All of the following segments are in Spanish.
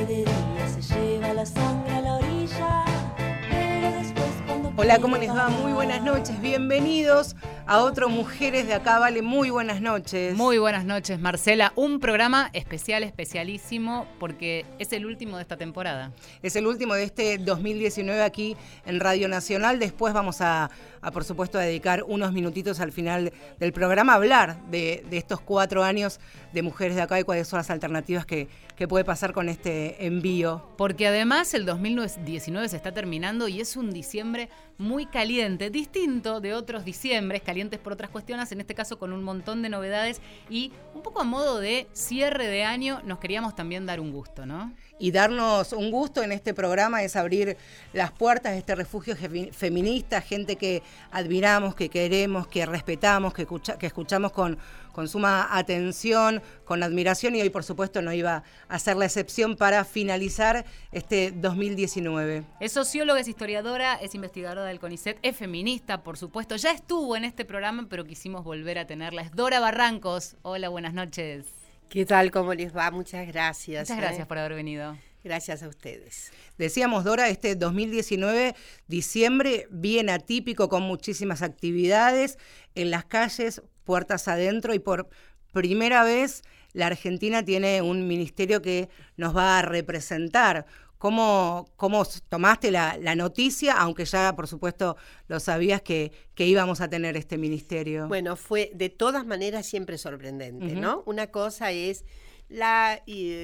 de día se lleva la sangre a la orilla, pero después cuando... Hola, ¿cómo les va? Muy buenas noches, bienvenidos a otro Mujeres de Acá Vale. Muy buenas noches. Muy buenas noches, Marcela. Un programa especial, especialísimo, porque es el último de esta temporada. Es el último de este 2019 aquí en Radio Nacional. Después vamos a por supuesto, a dedicar unos minutitos al final del programa a hablar de estos 4 años de Mujeres de Acá y cuáles son las alternativas que puede pasar con este envío. Porque además el 2019 se está terminando y es un diciembre muy caliente, distinto de otros diciembres, calientes por otras cuestiones, en este caso con un montón de novedades y un poco a modo de cierre de año nos queríamos también dar un gusto, ¿no? Y darnos un gusto en este programa es abrir las puertas de este refugio feminista, gente que admiramos, que queremos, que respetamos, que escuchamos con suma atención, con admiración, y hoy por supuesto no iba a ser la excepción para finalizar este 2019. Es socióloga, es historiadora, es investigadora del CONICET, es feminista, por supuesto. Ya estuvo en este programa, pero quisimos volver a tenerla. Es Dora Barrancos. Hola, buenas noches. ¿Qué tal? ¿Cómo les va? Muchas gracias. Muchas gracias por haber venido. Gracias a ustedes. Decíamos, Dora, este 2019, diciembre, bien atípico, con muchísimas actividades en las calles, puertas adentro, y por primera vez la Argentina tiene un ministerio que nos va a representar. ¿Cómo tomaste la noticia, aunque ya, por supuesto, lo sabías que íbamos a tener este ministerio? Bueno, fue de todas maneras siempre sorprendente, ¿no? Una cosa es la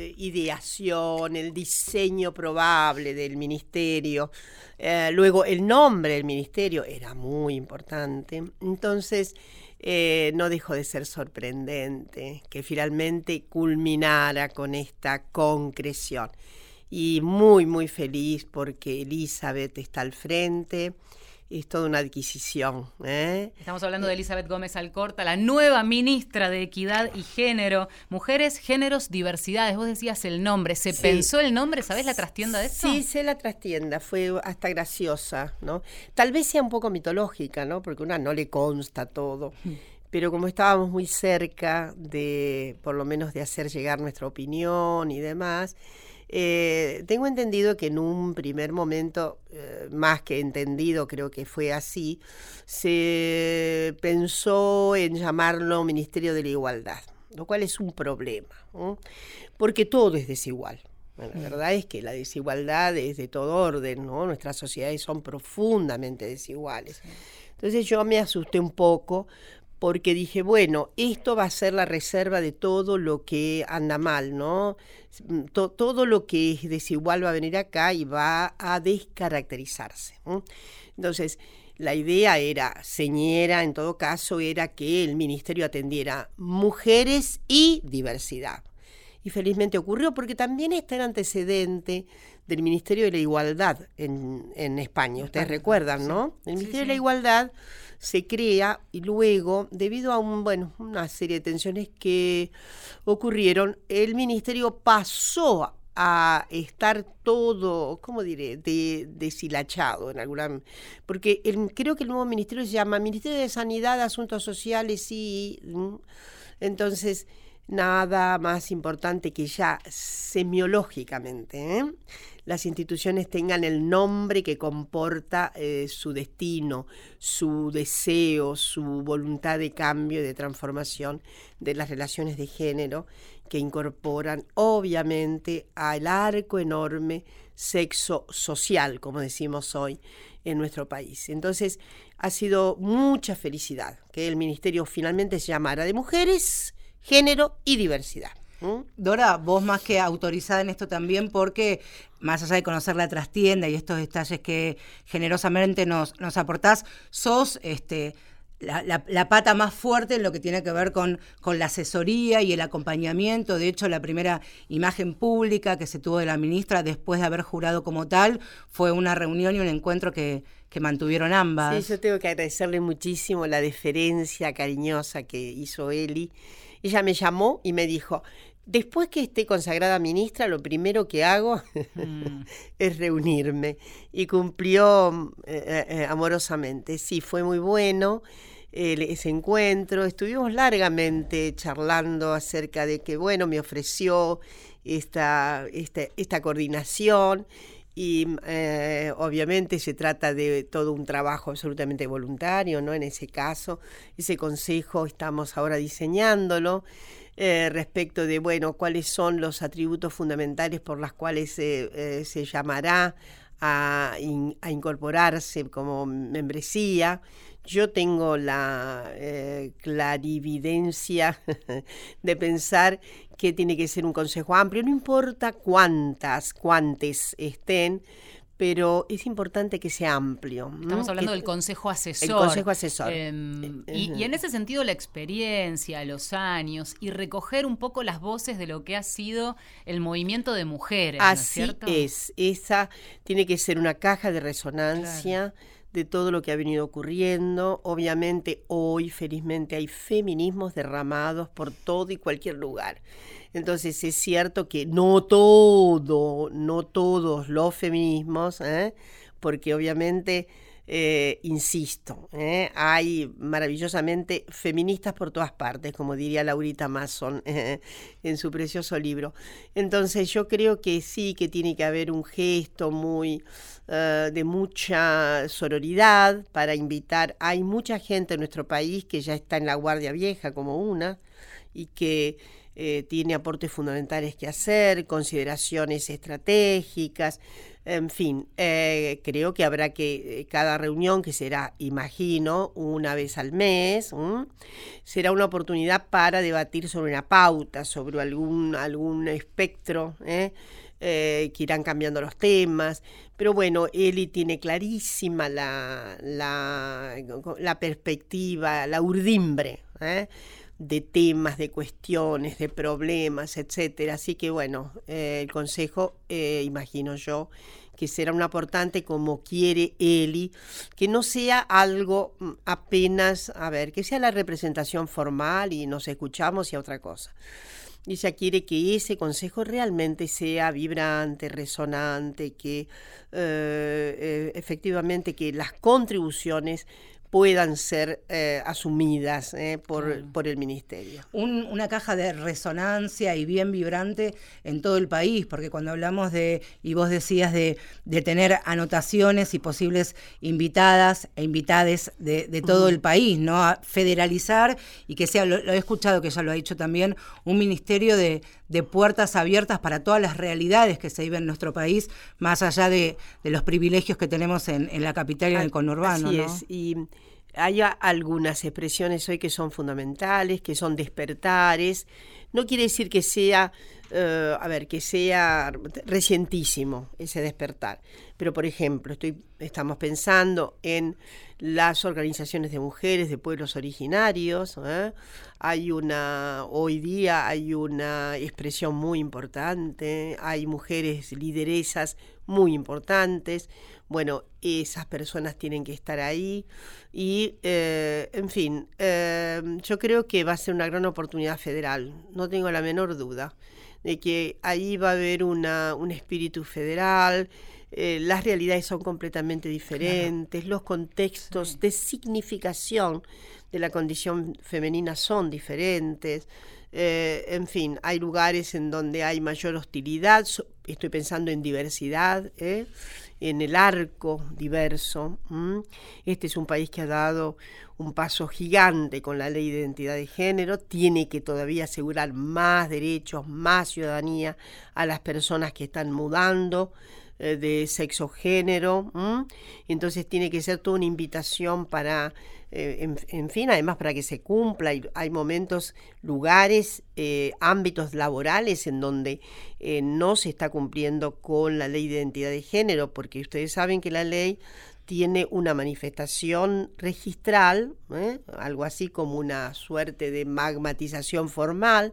ideación, el diseño probable del ministerio, luego el nombre del ministerio era muy importante, entonces no dejó de ser sorprendente que finalmente culminara con esta concreción. Y muy, muy feliz porque Elizabeth está al frente. Es toda una adquisición. Estamos hablando de Elizabeth Gómez Alcorta, la nueva ministra de Equidad y Género. Mujeres, géneros, diversidades. Vos decías el nombre. ¿Se pensó el nombre? ¿Sabés la trastienda de esto? Sí, sé la trastienda. Fue hasta graciosa, ¿no? Tal vez sea un poco mitológica, ¿no? Porque una no le consta todo. Pero como estábamos muy cerca de, por lo menos, de hacer llegar nuestra opinión y demás... tengo entendido que en un primer momento, más que entendido, creo que fue así, se pensó en llamarlo Ministerio de la Igualdad, lo cual es un problema, ¿no? Porque todo es desigual. Bueno, la verdad es que la desigualdad es de todo orden, ¿no? Nuestras sociedades son profundamente desiguales. Entonces yo me asusté un poco, porque dije, bueno, esto va a ser la reserva de todo lo que anda mal, ¿no? Todo lo que es desigual va a venir acá y va a descaracterizarse, ¿no? Entonces, la idea era, señera, en todo caso, era que el ministerio atendiera mujeres y diversidad. Y felizmente ocurrió, porque también está el antecedente del Ministerio de la Igualdad en España. Ustedes recuerdan, ¿no? El Ministerio de la Igualdad se crea y luego, debido a una serie de tensiones que ocurrieron, el ministerio pasó a estar todo, ¿cómo diré?, deshilachado en alguna... Porque creo que el nuevo ministerio se llama Ministerio de Sanidad, Asuntos Sociales y... Entonces, nada más importante que ya semiológicamente, las instituciones tengan el nombre que comporta su destino, su deseo, su voluntad de cambio y de transformación de las relaciones de género, que incorporan obviamente al arco enorme sexo social, como decimos hoy en nuestro país. Entonces ha sido mucha felicidad que el ministerio finalmente se llamara de Mujeres, Género y Diversidad. Dora, vos más que autorizada en esto también, porque más allá de conocer la trastienda y estos detalles que generosamente nos aportás, sos la pata más fuerte en lo que tiene que ver con la asesoría y el acompañamiento. De hecho, la primera imagen pública que se tuvo de la ministra después de haber jurado como tal fue una reunión y un encuentro que mantuvieron ambas. Sí, yo tengo que agradecerle muchísimo la deferencia cariñosa que hizo Eli. Ella me llamó y me dijo, después que esté consagrada ministra, lo primero que hago es reunirme. Y cumplió amorosamente. Sí, fue muy bueno. ese encuentro. Estuvimos largamente charlando acerca de que, bueno, me ofreció esta coordinación. Y obviamente se trata de todo un trabajo absolutamente voluntario, ¿no? En ese caso, ese consejo estamos ahora diseñándolo respecto de, bueno, cuáles son los atributos fundamentales por los cuales se llamará a incorporarse como membresía. Yo tengo la clarividencia de pensar que tiene que ser un consejo amplio, no importa cuántes estén, pero es importante que sea amplio. Estamos hablando del consejo asesor. El consejo asesor. Y en ese sentido la experiencia, los años y recoger un poco las voces de lo que ha sido el movimiento de mujeres, ¿no es cierto? Así es, esa tiene que ser una caja de resonancia. Claro. De todo lo que ha venido ocurriendo. Obviamente hoy, felizmente, hay feminismos derramados por todo y cualquier lugar. Entonces es cierto que no todos los feminismos, porque obviamente, insisto, hay maravillosamente feministas por todas partes, como diría Laurita Mason en su precioso libro. Entonces yo creo que sí, que tiene que haber un gesto muy de mucha sororidad para invitar. Hay mucha gente en nuestro país que ya está en la guardia vieja como una y que tiene aportes fundamentales que hacer, consideraciones estratégicas, en fin, creo que habrá que cada reunión, que será, imagino, una vez al mes, será una oportunidad para debatir sobre una pauta, sobre algún espectro, que irán cambiando los temas, pero bueno, Eli tiene clarísima la perspectiva, la urdimbre, de temas, de cuestiones, de problemas, etcétera. Así que bueno, el consejo, imagino yo, que será un aportante como quiere Eli, que no sea algo apenas, que sea la representación formal y nos escuchamos y a otra cosa. Ella quiere que ese consejo realmente sea vibrante, resonante, que efectivamente que las contribuciones puedan ser asumidas por el ministerio. Una caja de resonancia y bien vibrante en todo el país, porque cuando hablamos y vos decías de tener anotaciones y posibles invitadas e invitades de todo el país, ¿no? A federalizar y que sea, lo he escuchado que ella lo ha dicho también, un ministerio de puertas abiertas para todas las realidades que se viven en nuestro país, más allá de los privilegios que tenemos en la capital y en el conurbano. Así ¿no? es, y hay algunas expresiones hoy que son fundamentales, que son despertares. No quiere decir que sea, que sea recientísimo ese despertar. Pero, por ejemplo, estamos pensando en las organizaciones de mujeres de pueblos originarios. Hoy día hay una expresión muy importante, hay mujeres lideresas muy importantes. Bueno, esas personas tienen que estar ahí y, en fin, yo creo que va a ser una gran oportunidad federal, no tengo la menor duda de que ahí va a haber un espíritu federal. Las realidades son completamente diferentes, claro. Los contextos de significación de la condición femenina son diferentes. En fin, hay lugares en donde hay mayor hostilidad, estoy pensando en diversidad, en el arco diverso. Este es un país que ha dado un paso gigante con la ley de identidad de género, tiene que todavía asegurar más derechos, más ciudadanía a las personas que están mudando de sexo género. Entonces tiene que ser toda una invitación para, en fin, además para que se cumpla. Hay momentos, lugares, ámbitos laborales en donde no se está cumpliendo con la ley de identidad de género, porque ustedes saben que la ley tiene una manifestación registral, algo así como una suerte de magmatización formal,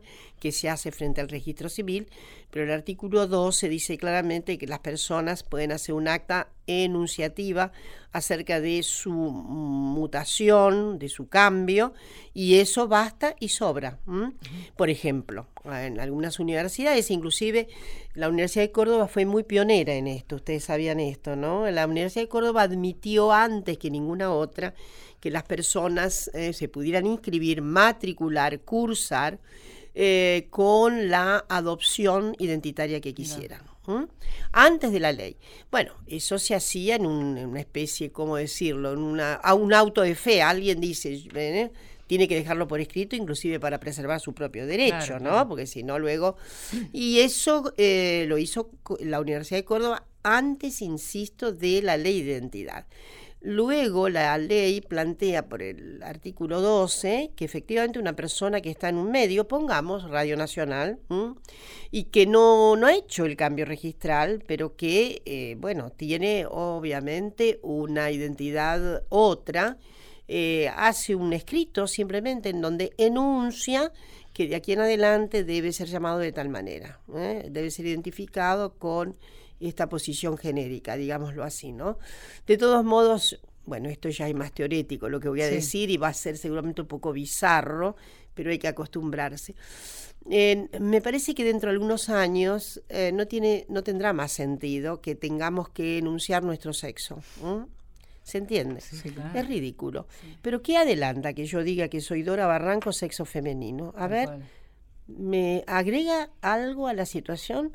que se hace frente al registro civil, pero el artículo 12 dice claramente que las personas pueden hacer un acta enunciativa acerca de su mutación, de su cambio, y eso basta y sobra. Por ejemplo, en algunas universidades, inclusive la Universidad de Córdoba fue muy pionera en esto, ustedes sabían esto, ¿no? La Universidad de Córdoba admitió antes que ninguna otra que las personas se pudieran inscribir, matricular, cursar, con la adopción identitaria que quisieran. Antes de la ley. Bueno, eso se hacía en una especie, ¿cómo decirlo? A un auto de fe. Alguien dice, tiene que dejarlo por escrito, inclusive para preservar su propio derecho, claro, ¿no? Claro. Porque si no, luego... Y eso lo hizo la Universidad de Córdoba antes, insisto, de la ley de identidad. Luego la ley plantea por el artículo 12 que efectivamente una persona que está en un medio, pongamos Radio Nacional, y que no ha hecho el cambio registral, pero que, tiene obviamente una identidad otra, hace un escrito simplemente en donde enuncia que de aquí en adelante debe ser llamado de tal manera, debe ser identificado con esta posición genérica, digámoslo así, ¿no? De todos modos, bueno, esto ya es más teórico lo que voy a decir y va a ser seguramente un poco bizarro, pero hay que acostumbrarse. Me parece que dentro de algunos años no tendrá más sentido que tengamos que enunciar nuestro sexo. ¿Se entiende? Sí, claro. Es ridículo. Sí. Pero ¿qué adelanta que yo diga que soy Dora Barranco, sexo femenino? A ver, ¿me agrega algo a la situación?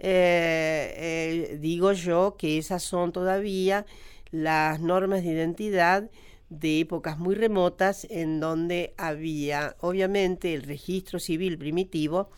Digo yo que esas son todavía las normas de identidad de épocas muy remotas en donde había, obviamente, el registro civil primitivo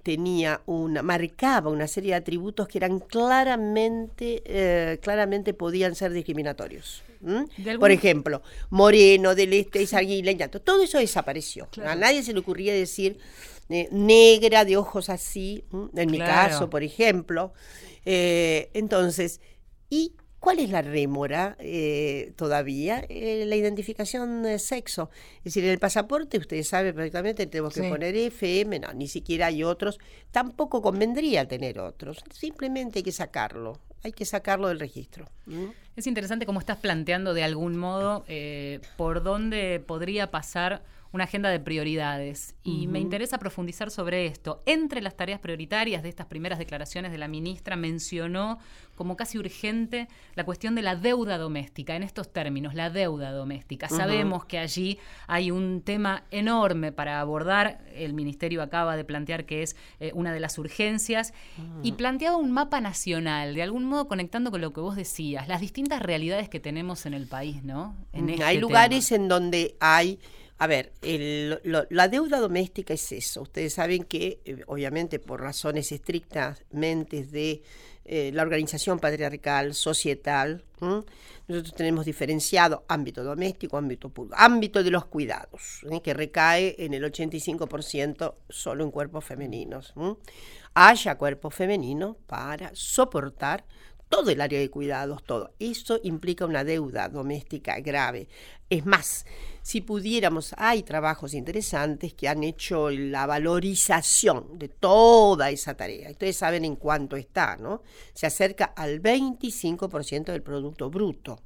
marcaba una serie de atributos que eran claramente podían ser discriminatorios. Por ejemplo, moreno, del este, sanguíneo, todo eso desapareció. Claro. A nadie se le ocurría decir negra, de ojos así, en mi caso, por ejemplo. Entonces, ¿y cuál es la rémora todavía? La identificación de sexo. Es decir, en el pasaporte, ustedes saben perfectamente, tenemos que poner FM, no, ni siquiera hay otros. Tampoco convendría tener otros. Simplemente hay que sacarlo del registro. Es interesante cómo estás planteando de algún modo por dónde podría pasar una agenda de prioridades. Y me interesa profundizar sobre esto. Entre las tareas prioritarias de estas primeras declaraciones de la ministra, mencionó como casi urgente la cuestión de la deuda doméstica. En estos términos, la deuda doméstica. Sabemos que allí hay un tema enorme para abordar. El Ministerio acaba de plantear que es una de las urgencias. Y planteaba un mapa nacional, de algún modo conectando con lo que vos decías, las distintas realidades que tenemos en el país, ¿no? Hay lugares en donde hay... A ver, la deuda doméstica es eso. Ustedes saben que, obviamente, por razones estrictamente de la organización patriarcal, societal, nosotros tenemos diferenciado ámbito doméstico, ámbito público, ámbito de los cuidados, que recae en el 85% solo en cuerpos femeninos. Haya cuerpo femenino para soportar todo el área de cuidados, todo. Eso implica una deuda doméstica grave. Es más, si pudiéramos, hay trabajos interesantes que han hecho la valorización de toda esa tarea. Ustedes saben en cuánto está, ¿no? Se acerca al 25% del Producto Bruto.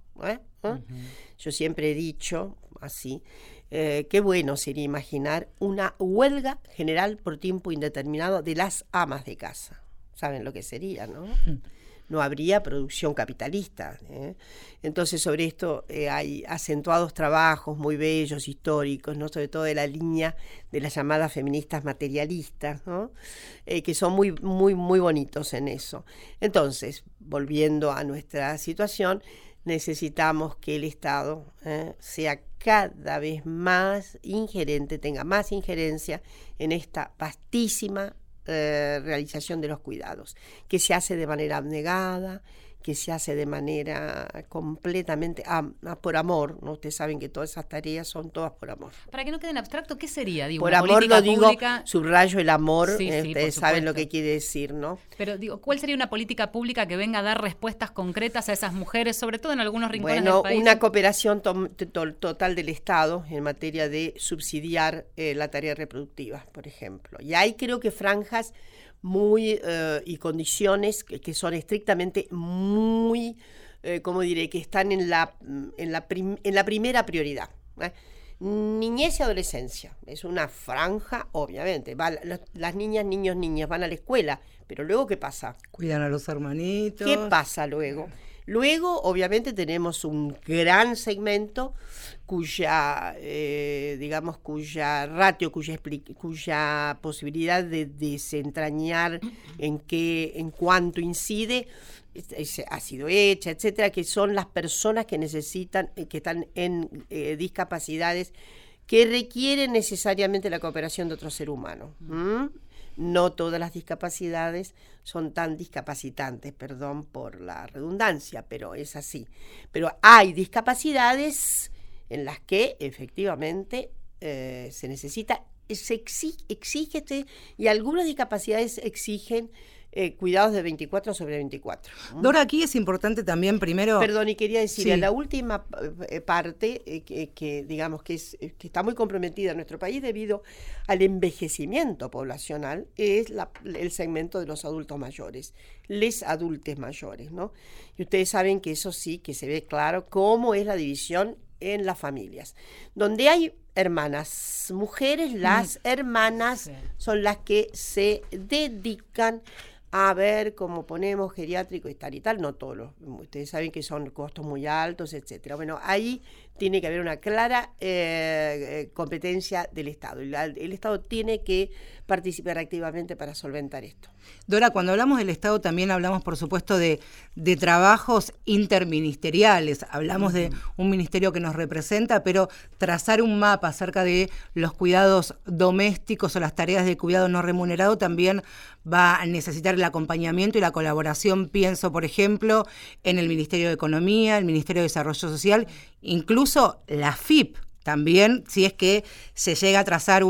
Yo siempre he dicho así, qué bueno sería imaginar una huelga general por tiempo indeterminado de las amas de casa. ¿Saben lo que sería, no? No habría producción capitalista. Entonces, sobre esto hay acentuados trabajos muy bellos, históricos, ¿no? Sobre todo de la línea de las llamadas feministas materialistas, ¿no? Que son muy, muy, muy bonitos en eso. Entonces, volviendo a nuestra situación, necesitamos que el Estado sea cada vez más ingerente, tenga más injerencia en esta vastísima realización de los cuidados, que se hace de manera abnegada, que se hace de manera completamente por amor, ¿no? Ustedes saben que todas esas tareas son todas por amor. Para que no quede en abstracto, ¿qué sería? Digo, Por una amor política lo digo, pública... subrayo el amor, Sí, sí, ustedes por saben lo supuesto. que quiere decir, ¿no? Pero digo, ¿cuál sería una política pública que venga a dar respuestas concretas a esas mujeres, sobre todo en algunos rincones Bueno, del país? una cooperación total del Estado en materia de subsidiar la tarea reproductiva, por ejemplo. Y hay creo que franjas muy y condiciones que son estrictamente muy, ¿cómo diré?, que están en la primera prioridad. Niñez y adolescencia, es una franja, obviamente. Las niñas, niños, niñas van a la escuela, pero luego ¿qué pasa? Cuidan a los hermanitos. ¿Qué pasa luego? Luego, obviamente, tenemos un gran segmento cuya ratio, cuya posibilidad de desentrañar en cuánto incide ha sido hecha, etcétera, que son las personas que necesitan, que están en discapacidades que requieren necesariamente la cooperación de otro ser humano. No todas las discapacidades son tan discapacitantes, perdón por la redundancia, pero es así. Pero hay discapacidades en las que efectivamente se necesita, exige, y algunas discapacidades exigen cuidados de 24/24. Dora, aquí es importante también primero... Perdón, y quería decir, Sí. en la última parte, que digamos que está muy comprometida en nuestro país debido al envejecimiento poblacional, es el segmento de los adultos mayores, les adultes mayores, ¿no? Y ustedes saben que eso sí, que se ve claro cómo es la división en las familias. Donde hay hermanas mujeres, las hermanas Sí. son las que se dedican a ver cómo ponemos geriátrico y tal, no todos, ustedes saben que son costos muy altos, etcétera. Bueno, ahí tiene que haber una clara competencia del Estado. El Estado tiene que participar activamente para solventar esto. Dora, cuando hablamos del Estado también hablamos, por supuesto, de trabajos interministeriales. Hablamos de un ministerio que nos representa, pero trazar un mapa acerca de los cuidados domésticos o las tareas de cuidado no remunerado también va a necesitar el acompañamiento y la colaboración, pienso, por ejemplo, en el Ministerio de Economía, el Ministerio de Desarrollo Social, incluso la FIP también, si es que se llega a trazar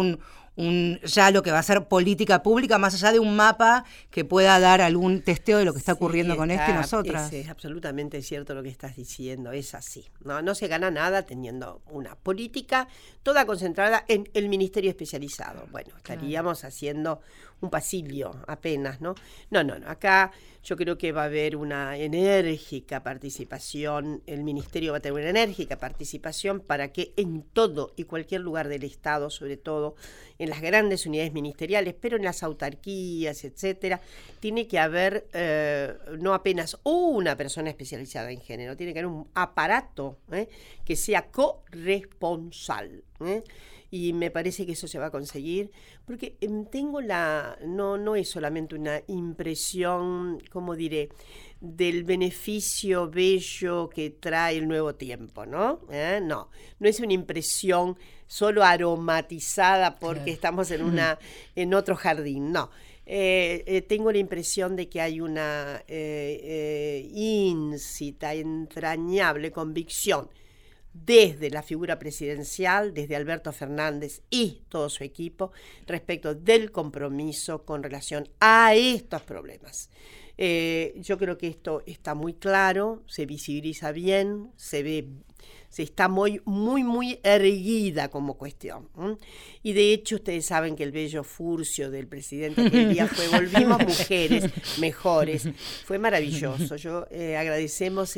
ya lo que va a ser política pública, más allá de un mapa que pueda dar algún testeo de lo que está ocurriendo con esto y nosotras. Es absolutamente cierto lo que estás diciendo, es así. No se gana nada teniendo una política toda concentrada en el ministerio especializado. Bueno, estaríamos haciendo un pasillo apenas, ¿no? No, acá yo creo que va a haber una enérgica participación, el ministerio va a tener una enérgica participación para que en todo y cualquier lugar del Estado, sobre todo en las grandes unidades ministeriales, pero en las autarquías, etcétera, tiene que haber no apenas una persona especializada en género, tiene que haber un aparato que sea corresponsal. Y me parece que eso se va a conseguir, porque tengo no es solamente una impresión, ¿cómo diré?, del beneficio bello que trae el nuevo tiempo, ¿no? No es una impresión solo aromatizada porque estamos en otro jardín, no. Tengo la impresión de que hay una íncita, entrañable convicción desde la figura presidencial, desde Alberto Fernández y todo su equipo, respecto del compromiso con relación a estos problemas. Yo creo que esto está muy claro, se visibiliza bien, se está muy erguida como cuestión. Y de hecho ustedes saben que el bello furcio del presidente aquel día fue "volvimos mujeres mejores", fue maravilloso. Yo agradecemos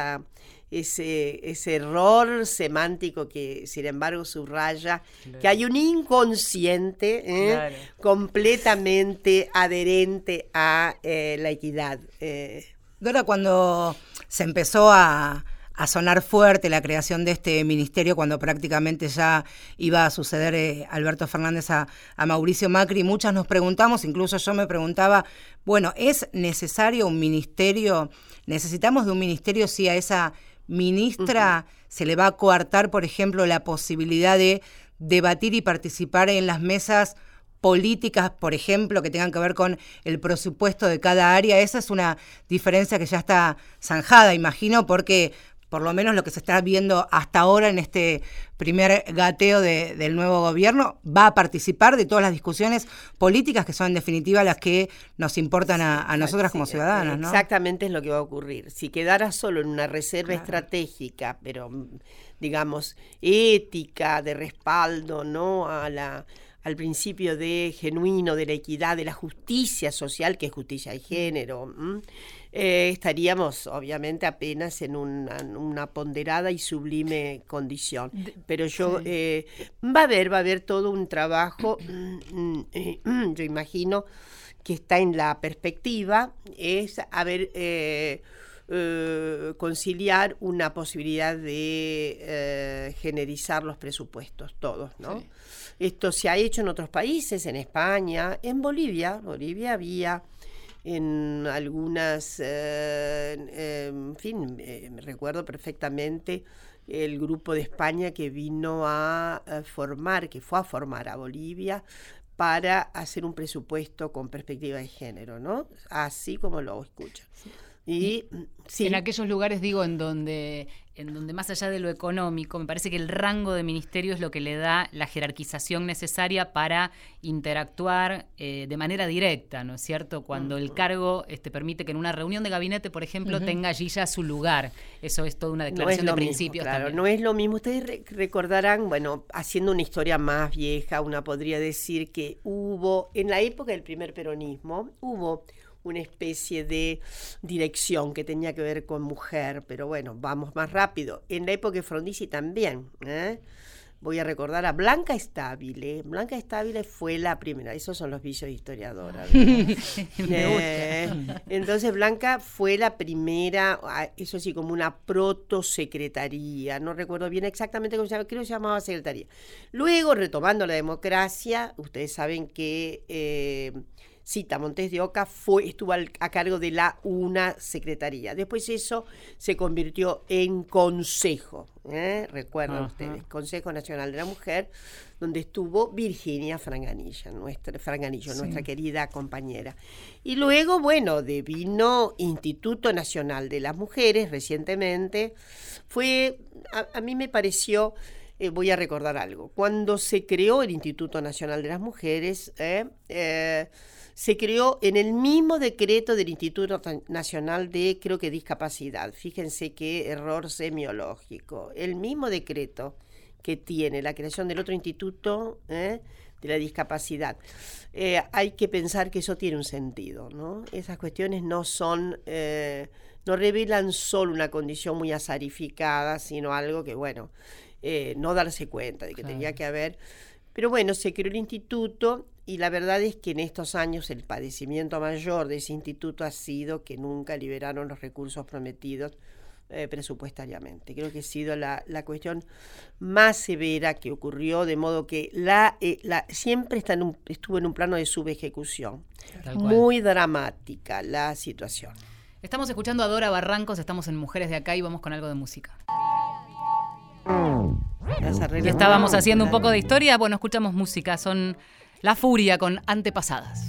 ese error semántico que sin embargo subraya que hay un inconsciente completamente adherente a la equidad. Dora, cuando se empezó a sonar fuerte la creación de este ministerio, cuando prácticamente ya iba a suceder Alberto Fernández a Mauricio Macri, muchas nos preguntamos, incluso yo me preguntaba, bueno, ¿es necesario un ministerio? ¿Necesitamos de un ministerio si a esa ministra se le va a coartar, por ejemplo, la posibilidad de debatir y participar en las mesas políticas, por ejemplo, que tengan que ver con el presupuesto de cada área. Esa es una diferencia que ya está zanjada, imagino, porque por lo menos lo que se está viendo hasta ahora en este primer gateo del nuevo gobierno, va a participar de todas las discusiones políticas que son en definitiva las que nos importan a nosotras como ciudadanas, ¿no? Exactamente es lo que va a ocurrir. Si quedara solo en una reserva estratégica, pero digamos ética, de respaldo, ¿no? Al principio de genuino, de la equidad, de la justicia social, que es justicia de género, estaríamos obviamente apenas en una ponderada y sublime condición. Pero va a haber todo un trabajo, yo imagino que está en la perspectiva, es conciliar una posibilidad de generizar los presupuestos, todos, ¿no? Sí. Esto se ha hecho en otros países, en España, en Bolivia. Bolivia había en algunas, me recuerdo perfectamente el grupo de España que vino que fue a formar a Bolivia para hacer un presupuesto con perspectiva de género, ¿no? Así como lo escuchan. Y sí. En aquellos lugares, digo, en donde más allá de lo económico, me parece que el rango de ministerio es lo que le da la jerarquización necesaria para interactuar de manera directa, ¿no es cierto? Cuando el cargo permite que en una reunión de gabinete, por ejemplo, tenga allí ya su lugar. Eso es toda una declaración de principios. Claro, también. No es lo mismo. Ustedes recordarán, bueno, haciendo una historia más vieja, una podría decir que en la época del primer peronismo, hubo una especie de dirección que tenía que ver con mujer, pero bueno, vamos más rápido. En la época de Frondizi también, voy a recordar a Blanca Stabile. Blanca Stabile fue la primera, esos son los vicios de historiadora. Entonces Blanca fue la primera, eso sí, como una protosecretaría, no recuerdo bien exactamente cómo se llama, creo que se llamaba secretaría. Luego, retomando la democracia, ustedes saben que Cita Montes de Oca estuvo a cargo de una secretaría. Después eso se convirtió en consejo, recuerdan ustedes, Consejo Nacional de la Mujer, donde estuvo Virginia Franganillo, nuestra querida compañera. Y luego, bueno, vino Instituto Nacional de las Mujeres recientemente. A mí me pareció, voy a recordar algo, cuando se creó el Instituto Nacional de las Mujeres, se creó en el mismo decreto del Instituto Nacional de, creo que, Discapacidad. Fíjense qué error semiológico. El mismo decreto que tiene la creación del otro instituto de la discapacidad. Hay que pensar que eso tiene un sentido, ¿no? Esas cuestiones no revelan solo una condición muy azarificada, sino algo que, bueno, no darse cuenta de que tenía que haber. Pero bueno, se creó el instituto. Y la verdad es que en estos años el padecimiento mayor de ese instituto ha sido que nunca liberaron los recursos prometidos presupuestariamente. Creo que ha sido la cuestión más severa que ocurrió, de modo que siempre estuvo en un plano de subejecución. Muy dramática la situación. Estamos escuchando a Dora Barrancos, estamos en Mujeres de Acá y vamos con algo de música. Estábamos haciendo un poco de historia, bueno, escuchamos música, son La Furia con Antepasadas.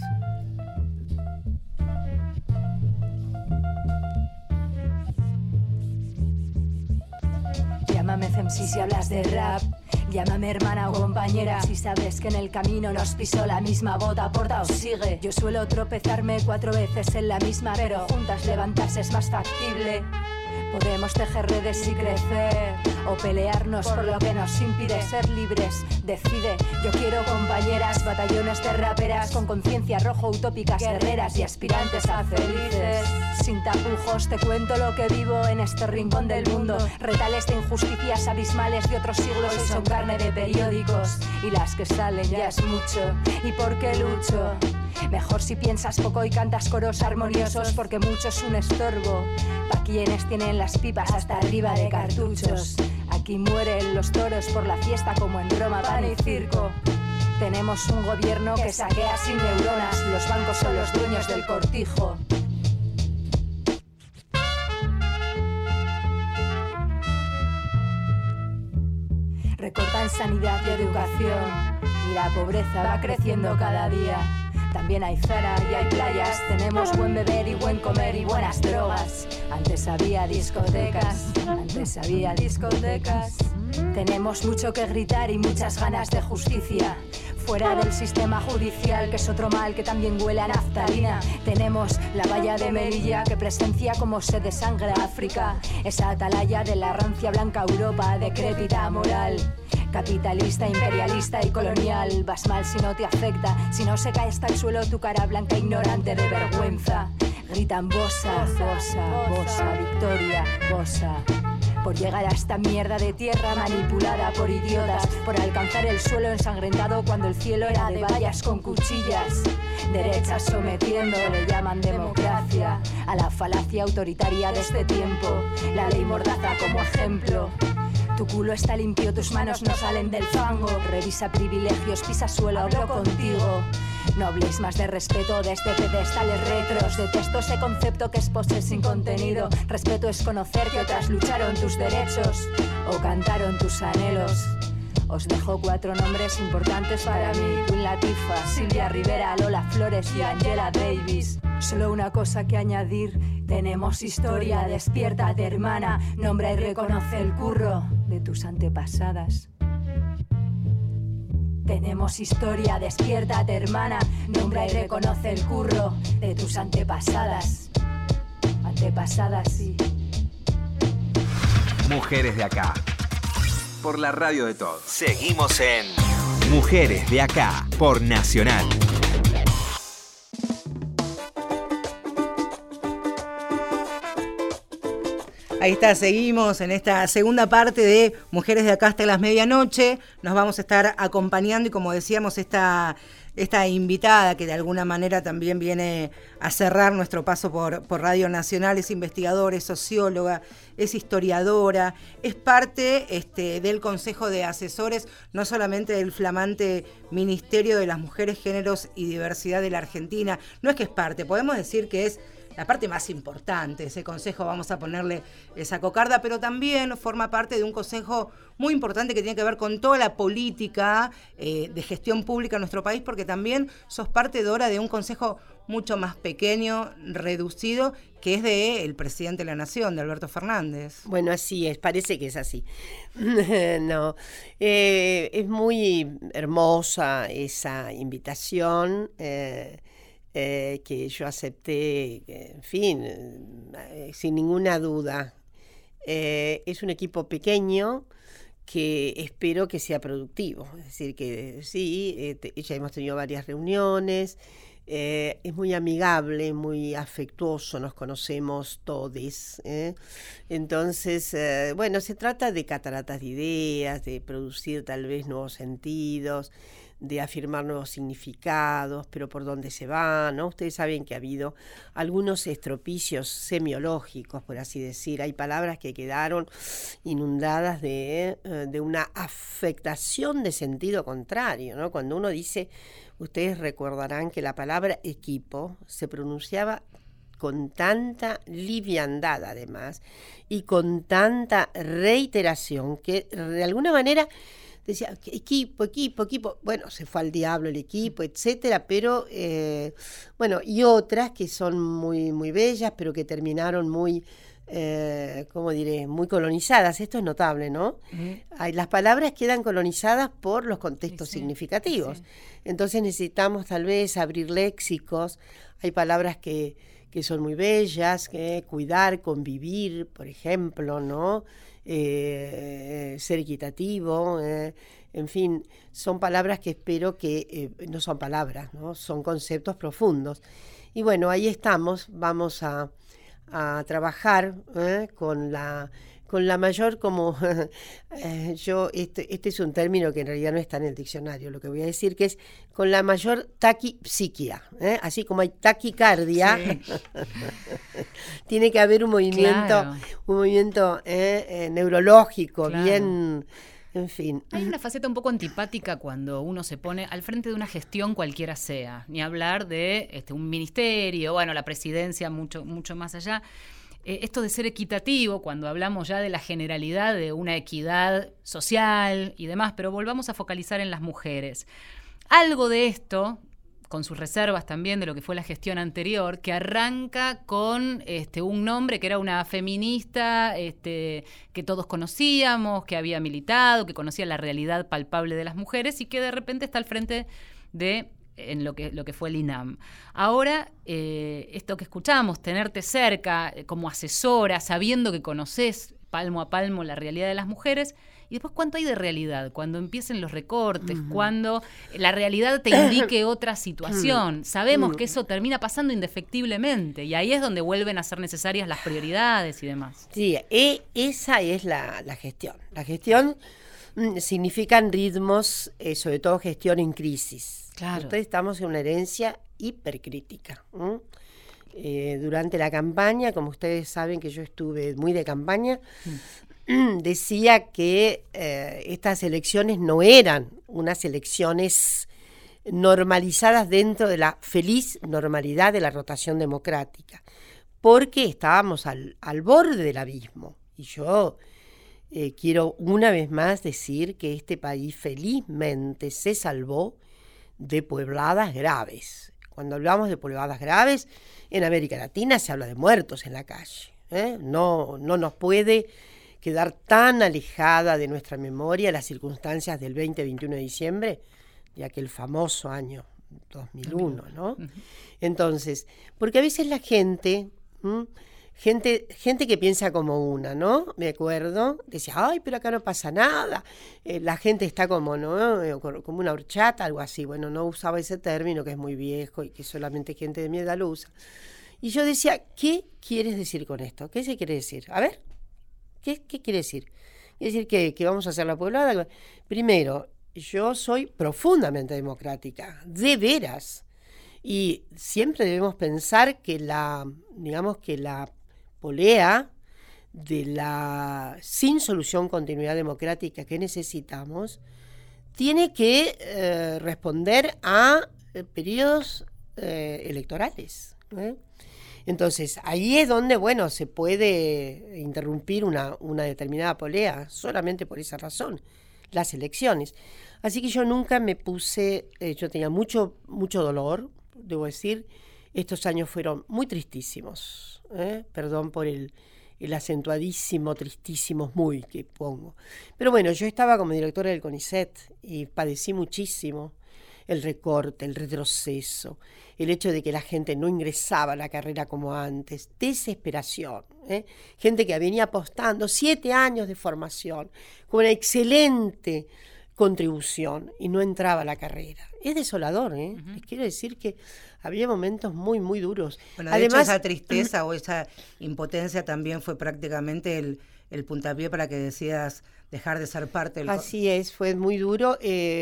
Llámame Femsi si hablas de rap, llámame hermana o compañera si sabes que en el camino nos pisó la misma bota, porta o sigue. Yo suelo tropezarme 4 veces en la misma, pero juntas levantarse es más factible. Podemos tejer redes y crecer, o pelearnos por lo que nos impide ser libres. Decide, yo quiero compañeras, batallones de raperas con conciencia rojo, utópicas, guerreras y aspirantes a felices. Sin tapujos te cuento lo que vivo en este rincón del mundo. Retales de injusticias abismales de otros siglos hoy son carne de periódicos, y las que salen ya es mucho. ¿Y por qué lucho? Mejor si piensas poco y cantas coros armoniosos, porque mucho es un estorbo pa' quienes tienen las pipas hasta arriba de cartuchos. Aquí mueren los toros por la fiesta como en Roma, pan y circo. Tenemos un gobierno que saquea sin neuronas, los bancos son los dueños del cortijo. Recortan sanidad y educación, y la pobreza va creciendo cada día. También hay Zara y hay playas, tenemos buen beber y buen comer y buenas drogas. Antes había discotecas, antes había discotecas. Tenemos mucho que gritar y muchas ganas de justicia. Fuera del sistema judicial, que es otro mal que también huele a naftalina. Tenemos la valla de Melilla que presencia cómo se desangra África. Esa atalaya de la rancia blanca Europa, decrépita moral. Capitalista, imperialista y colonial. Vas mal si no te afecta, si no se cae hasta el suelo tu cara blanca ignorante de vergüenza. Gritan bossa, bossa, bossa, victoria, bossa. Por llegar a esta mierda de tierra manipulada por idiotas, por alcanzar el suelo ensangrentado cuando el cielo era de vallas con cuchillas. Derechas sometiendo, le llaman democracia a la falacia autoritaria de este tiempo. La ley mordaza como ejemplo. Tu culo está limpio, tus manos no salen del fango. Revisa privilegios, pisa suelo, hablo contigo. No habléis más de respeto desde pedestales retros. Detesto ese concepto que es pose sin contenido. Respeto es conocer que otras lucharon tus derechos o cantaron tus anhelos. Os dejo 4 nombres importantes para mí: Queen Latifah, Silvia Rivera, Lola Flores y Angela Davis. Solo una cosa que añadir: tenemos historia, despiértate hermana, nombra y reconoce el curro de tus antepasadas. Tenemos historia, despiértate hermana, nombra y reconoce el curro de tus antepasadas. Antepasadas, sí. Mujeres de Acá, por la radio de todos. Seguimos en Mujeres de Acá, por Nacional. Ahí está, seguimos en esta segunda parte de Mujeres de Acá hasta las medianoche. Nos vamos a estar acompañando y, como decíamos, esta invitada que de alguna manera también viene a cerrar nuestro paso por Radio Nacional, es investigadora, es socióloga, es historiadora, es parte del Consejo de Asesores, no solamente del flamante Ministerio de las Mujeres, Géneros y Diversidad de la Argentina. No es que es parte, podemos decir que es la parte más importante de ese consejo, vamos a ponerle esa cocarda, pero también forma parte de un consejo muy importante que tiene que ver con toda la política de gestión pública en nuestro país, porque también sos parte, Dora, de un consejo mucho más pequeño, reducido, que es del presidente de la Nación, de Alberto Fernández. Bueno, así es, parece que es así. No, es muy hermosa esa invitación, que yo acepté, en fin, sin ninguna duda. Es un equipo pequeño que espero que sea productivo. Es decir, que sí, ya hemos tenido varias reuniones, es muy amigable, muy afectuoso, nos conocemos todos. Entonces, bueno, se trata de cataratas de ideas, de producir tal vez nuevos sentidos, de afirmar nuevos significados, pero por dónde se va, ¿no? Ustedes saben que ha habido algunos estropicios semiológicos, por así decir. Hay palabras que quedaron inundadas de una afectación de sentido contrario, ¿no? Cuando uno dice, ustedes recordarán que la palabra equipo se pronunciaba con tanta liviandad, además, y con tanta reiteración, que de alguna manera decía equipo, bueno, se fue al diablo el equipo, etcétera, pero bueno, y otras que son muy, muy bellas, pero que terminaron muy, ¿cómo diré?, muy colonizadas. Esto es notable, ¿no? Uh-huh. Las palabras quedan colonizadas por los contextos significativos. Sí. Entonces necesitamos tal vez abrir léxicos. Hay palabras que son muy bellas, que cuidar, convivir, por ejemplo, ¿no? Ser equitativo, en fin, son palabras que espero que no son palabras, ¿no? Son conceptos profundos. Y bueno, ahí estamos, vamos a trabajar con la mayor, como yo, este es un término que en realidad no está en el diccionario, lo que voy a decir que es con la mayor taquipsiquia, así como hay taquicardia, sí. Tiene que haber un movimiento, neurológico, claro. Bien, en fin. Hay una faceta un poco antipática cuando uno se pone al frente de una gestión cualquiera sea, ni hablar de un ministerio, bueno, la presidencia mucho, mucho más allá. esto de ser equitativo, cuando hablamos ya de la generalidad de una equidad social y demás, pero volvamos a focalizar en las mujeres. Algo de esto, con sus reservas también de lo que fue la gestión anterior, que arranca con un nombre que era una feminista que todos conocíamos, que había militado, que conocía la realidad palpable de las mujeres y que de repente está al frente de lo que fue el INAM. Ahora, esto que escuchamos, tenerte cerca como asesora, sabiendo que conocés palmo a palmo la realidad de las mujeres, y después cuánto hay de realidad, cuando empiecen los recortes, cuando la realidad te indique otra situación. Sabemos que eso termina pasando indefectiblemente, y ahí es donde vuelven a ser necesarias las prioridades y demás. Sí, esa es la gestión. La gestión significan ritmos, sobre todo gestión en crisis. Claro. Entonces estamos en una herencia hipercrítica. Durante la campaña, como ustedes saben que yo estuve muy de campaña, decía que estas elecciones no eran unas elecciones normalizadas dentro de la feliz normalidad de la rotación democrática, porque estábamos al borde del abismo. Y yo quiero una vez más decir que este país felizmente se salvó de puebladas graves. Cuando hablamos de puebladas graves, en América Latina se habla de muertos en la calle. No nos puede quedar tan alejada de nuestra memoria las circunstancias del 20-21 de diciembre, de aquel famoso año 2001, ¿no? Entonces, porque a veces la gente que piensa como una, ¿no? Me acuerdo, decía, ay, pero acá no pasa nada, la gente está como, ¿no? Como una horchata, algo así. Bueno, no usaba ese término que es muy viejo y que solamente gente de mi edad lo usa. Y yo decía, ¿qué quieres decir con esto? ¿Qué se quiere decir? A ver, ¿qué quiere decir? ¿Quiere decir que vamos a hacer la poblada? Primero, yo soy profundamente democrática, de veras. Y siempre debemos pensar que la polea de la sin solución continuidad democrática que necesitamos tiene que responder a periodos electorales. Entonces, ahí es donde, bueno, se puede interrumpir una determinada polea, solamente por esa razón, las elecciones. Así que yo nunca me puse, yo tenía mucho dolor, debo decir, estos años fueron muy tristísimos, perdón por el acentuadísimo, tristísimos muy que pongo. Pero bueno, yo estaba como directora del CONICET y padecí muchísimo el recorte, el retroceso, el hecho de que la gente no ingresaba a la carrera como antes, desesperación, gente que venía apostando 7 años de formación, con una excelente contribución y no entraba a la carrera. Es desolador, Les quiero decir que había momentos muy, muy duros. Bueno, de hecho, esa tristeza o esa impotencia también fue prácticamente el puntapié para que decidas dejar de ser parte del... Así es, fue muy duro.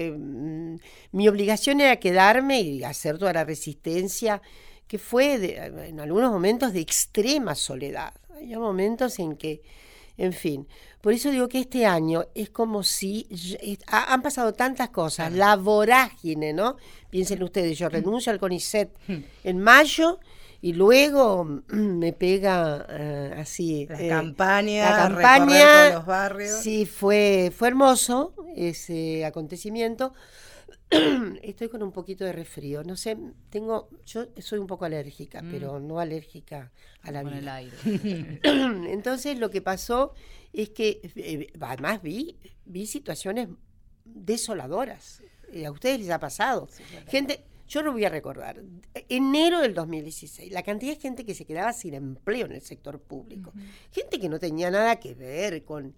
Mi obligación era quedarme y hacer toda la resistencia, que fue en algunos momentos de extrema soledad. Había momentos en que, en fin, por eso digo que este año es como si han pasado tantas cosas, la vorágine, ¿no? Piensen ustedes, yo renuncio al CONICET en mayo y luego me pega así la campaña, recorrer todos los barrios. Sí, fue hermoso ese acontecimiento. Estoy con un poquito de resfrío, no sé, yo soy un poco alérgica, pero no alérgica a la vida. El aire. Entonces lo que pasó es que además vi situaciones desoladoras. A ustedes les ha pasado. Sí, claro. Gente, yo lo voy a recordar, enero del 2016, la cantidad de gente que se quedaba sin empleo en el sector público, gente que no tenía nada que ver con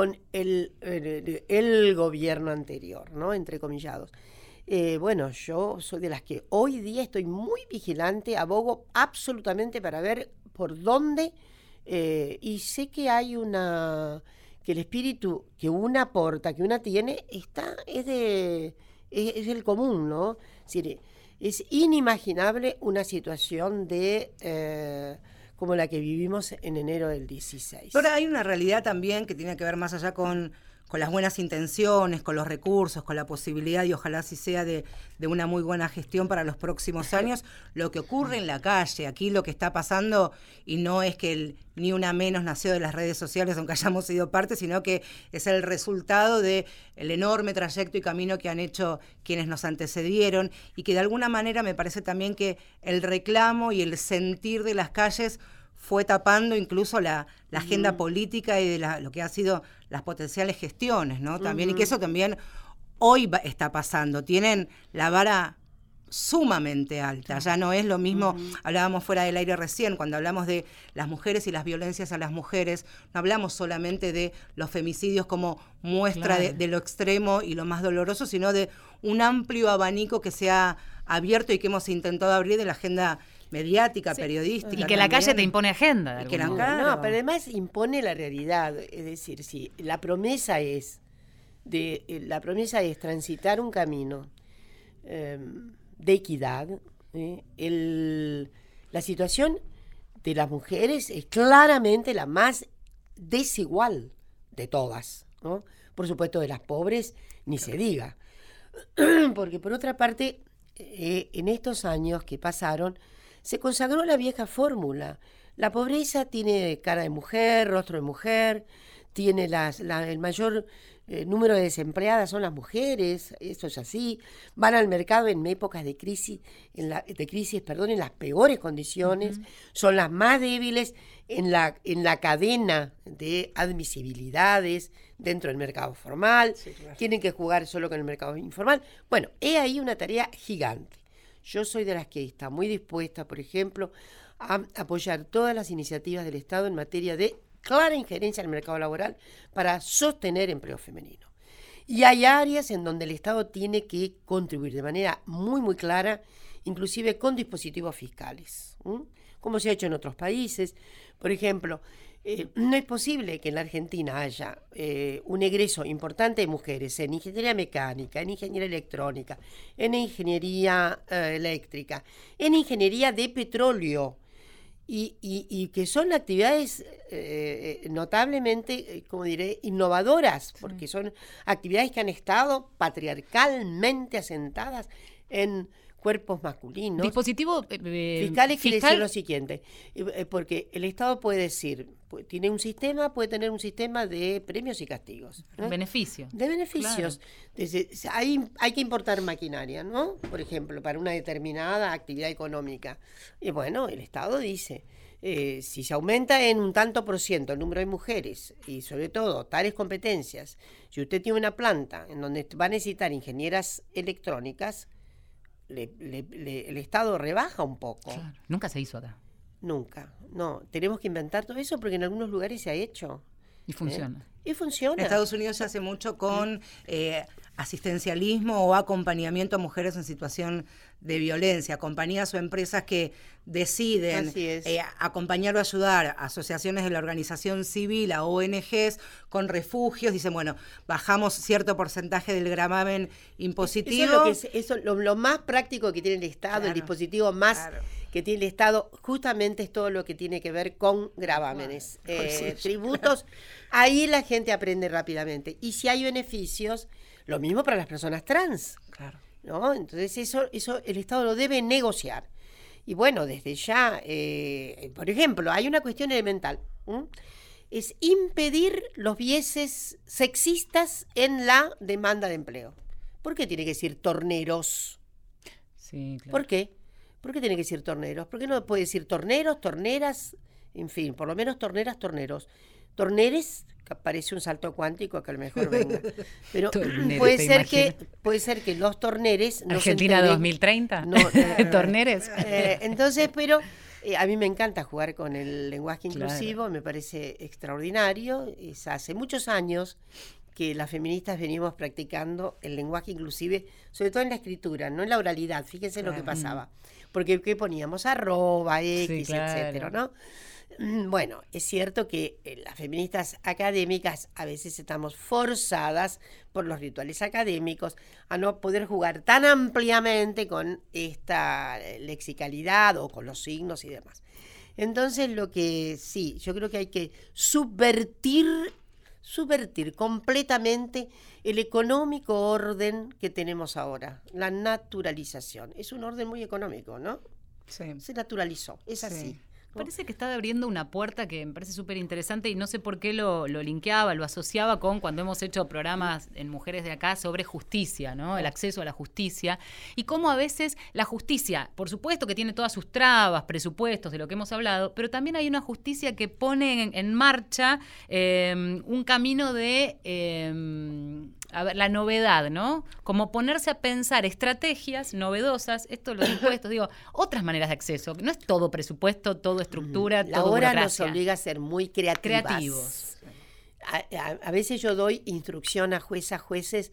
el gobierno anterior, ¿no? Entrecomillados. Bueno, yo soy de las que hoy día estoy muy vigilante, abogo absolutamente para ver por dónde, y sé que hay que el espíritu que una aporta, que una tiene, es el común, ¿no? Es decir, es inimaginable una situación como la que vivimos en enero del 16. Ahora hay una realidad también que tiene que ver más allá con las buenas intenciones, con los recursos, con la posibilidad, y ojalá así sea, de una muy buena gestión para los próximos años, lo que ocurre en la calle. Aquí lo que está pasando, y no es que ni una menos nació de las redes sociales, aunque hayamos sido parte, sino que es el resultado del enorme trayecto y camino que han hecho quienes nos antecedieron, y que de alguna manera me parece también que el reclamo y el sentir de las calles fue tapando incluso la agenda política y de lo que han sido las potenciales gestiones, ¿no? También, y que eso también hoy está pasando. Tienen la vara sumamente alta, ya no es lo mismo. Hablábamos fuera del aire recién, cuando hablamos de las mujeres y las violencias a las mujeres, no hablamos solamente de los femicidios como muestra de lo extremo y lo más doloroso, sino de un amplio abanico que se ha abierto y que hemos intentado abrir de la agenda mediática, periodística. Y que la calle te impone agenda. No, pero además impone la realidad. Es decir, si la promesa es transitar un camino de equidad, la situación de las mujeres es claramente la más desigual de todas, ¿no? Por supuesto, de las pobres ni se diga. Porque por otra parte, en estos años que pasaron, se consagró la vieja fórmula. La pobreza tiene cara de mujer, rostro de mujer, tiene el mayor número de desempleadas son las mujeres, eso es así. Van al mercado en épocas de crisis, en las peores condiciones, son las más débiles en la cadena de admisibilidades dentro del mercado formal, tienen que jugar solo con el mercado informal. Bueno, he ahí una tarea gigante. Yo soy de las que está muy dispuesta, por ejemplo, a apoyar todas las iniciativas del Estado en materia de clara injerencia en el mercado laboral para sostener empleo femenino. Y hay áreas en donde el Estado tiene que contribuir de manera muy, muy clara, inclusive con dispositivos fiscales, como se ha hecho en otros países. Por ejemplo, no es posible que en la Argentina haya un egreso importante de mujeres en ingeniería mecánica, en ingeniería electrónica, en ingeniería eléctrica, en ingeniería de petróleo, y que son actividades notablemente, como diré, innovadoras, porque son actividades que han estado patriarcalmente asentadas en cuerpos masculinos. Dispositivo fiscales quiere decir lo siguiente, porque el Estado puede decir, puede tener un sistema de premios y castigos, ¿no? Beneficio. De beneficios. Claro. Hay que importar maquinaria, ¿no? Por ejemplo, para una determinada actividad económica. Y bueno, el Estado dice, si se aumenta en un tanto por ciento el número de mujeres y sobre todo tales competencias, si usted tiene una planta en donde va a necesitar ingenieras electrónicas, el Estado rebaja un poco. Claro. Nunca se hizo acá. Nunca. No, tenemos que inventar todo eso porque en algunos lugares se ha hecho. Y funciona. Y funciona. En Estados Unidos se hace mucho con asistencialismo o acompañamiento a mujeres en situación de violencia, compañías o empresas que deciden acompañar o ayudar a asociaciones de la organización civil, a ONGs con refugios, dicen, bueno, bajamos cierto porcentaje del gravamen impositivo. Eso es lo más práctico que tiene el Estado, el dispositivo más que tiene el Estado, justamente es todo lo que tiene que ver con gravámenes, tributos. Ahí la gente aprende rápidamente. Y si hay beneficios, lo mismo para las personas trans. Claro. ¿No? Entonces eso el Estado lo debe negociar. Y bueno, desde ya, por ejemplo, hay una cuestión elemental. Es impedir los biases sexistas en la demanda de empleo. ¿Por qué tiene que decir torneros? Sí, claro. ¿Por qué? ¿Por qué tiene que decir torneros? ¿Por qué no puede decir torneros, torneras? En fin, por lo menos torneras, torneros. Torneres, que parece un salto cuántico que a lo mejor venga. Pero puede ser que los torneres... ¿Argentina 2030? No, ¿torneres? Entonces, pero a mí me encanta jugar con el lenguaje inclusivo, me parece extraordinario. Hace muchos años que las feministas venimos practicando el lenguaje inclusive, sobre todo en la escritura, no en la oralidad. Fíjense lo que pasaba. Porque ¿qué poníamos? @ X, etcétera, ¿no? Bueno, es cierto que las feministas académicas a veces estamos forzadas por los rituales académicos a no poder jugar tan ampliamente con esta lexicalidad o con los signos y demás. Entonces yo creo que hay que subvertir subvertir completamente el económico orden que tenemos ahora, la naturalización. Es un orden muy económico, ¿no? Sí. Se naturalizó, es así. Sí. Parece que está abriendo una puerta que me parece súper interesante y no sé por qué lo linkeaba, lo asociaba con cuando hemos hecho programas en Mujeres de Acá sobre justicia, ¿no? El acceso a la justicia y cómo a veces la justicia, por supuesto que tiene todas sus trabas, presupuestos, de lo que hemos hablado, pero también hay una justicia que pone en marcha un camino de... a ver, la novedad, ¿no? Como ponerse a pensar estrategias novedosas, esto los impuestos, digo, otras maneras de acceso. No es todo presupuesto, todo estructura, La todo hora burocracia. nos obliga a ser muy creativos. A veces yo doy instrucción a jueces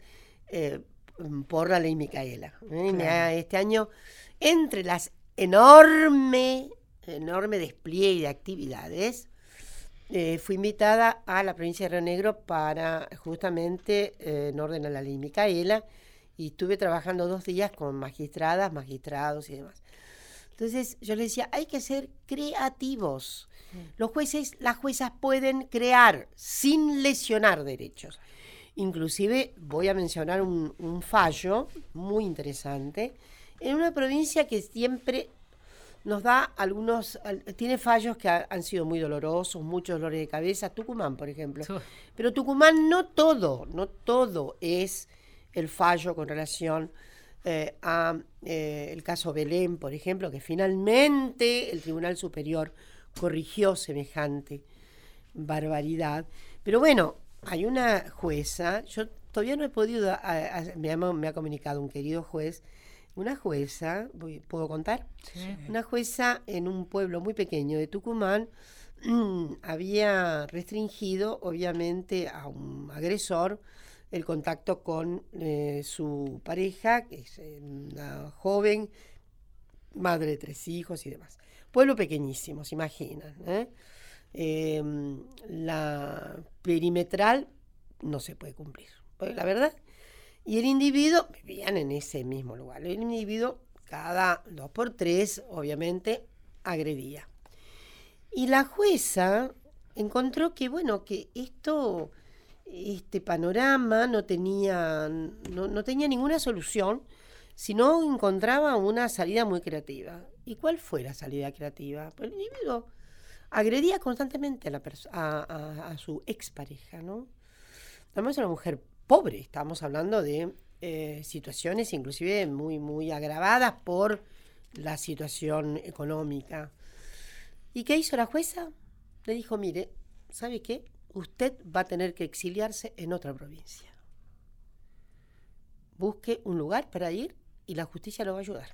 por la ley Micaela. Este año, entre las enorme despliegue de actividades, fui invitada a la provincia de Río Negro para justamente en orden a la ley Micaela y estuve trabajando 2 días con magistradas, magistrados y demás. Entonces yo les decía, hay que ser creativos. Los jueces, las juezas pueden crear sin lesionar derechos. Inclusive voy a mencionar un fallo muy interesante en una provincia que siempre nos da tiene fallos que han sido muy dolorosos, muchos dolores de cabeza, Tucumán, por ejemplo. Pero Tucumán no todo es el fallo con relación a el caso Belén, por ejemplo, que finalmente el Tribunal Superior corrigió semejante barbaridad. Pero bueno, hay una jueza, yo todavía no he podido, me ha comunicado un querido juez, una jueza, ¿puedo contar? Sí. Una jueza en un pueblo muy pequeño de Tucumán había restringido, obviamente, a un agresor el contacto con su pareja, que es una joven, madre de 3 hijos y demás. Pueblo pequeñísimo, se imaginan. La perimetral no se puede cumplir, la verdad. Y el individuo, vivían en ese mismo lugar, el individuo cada 2 por 3, obviamente, agredía. Y la jueza encontró que, bueno, que este panorama no tenía ninguna solución, sino encontraba una salida muy creativa. ¿Y cuál fue la salida creativa? Pues el individuo agredía constantemente a su expareja, ¿no? Además, una mujer pobre, estamos hablando de situaciones inclusive muy, muy agravadas por la situación económica. ¿Y qué hizo la jueza? Le dijo, mire, ¿sabe qué? Usted va a tener que exiliarse en otra provincia. Busque un lugar para ir y la justicia lo va a ayudar.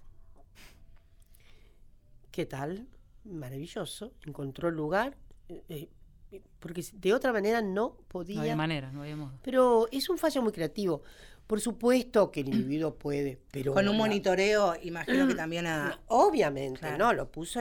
¿Qué tal? Maravilloso. Encontró el lugar, porque de otra manera no podía. No había manera, no había modo. Pero es un fallo muy creativo. Por supuesto que el individuo puede, pero con un monitoreo, imagino que también obviamente, claro. no, lo puso,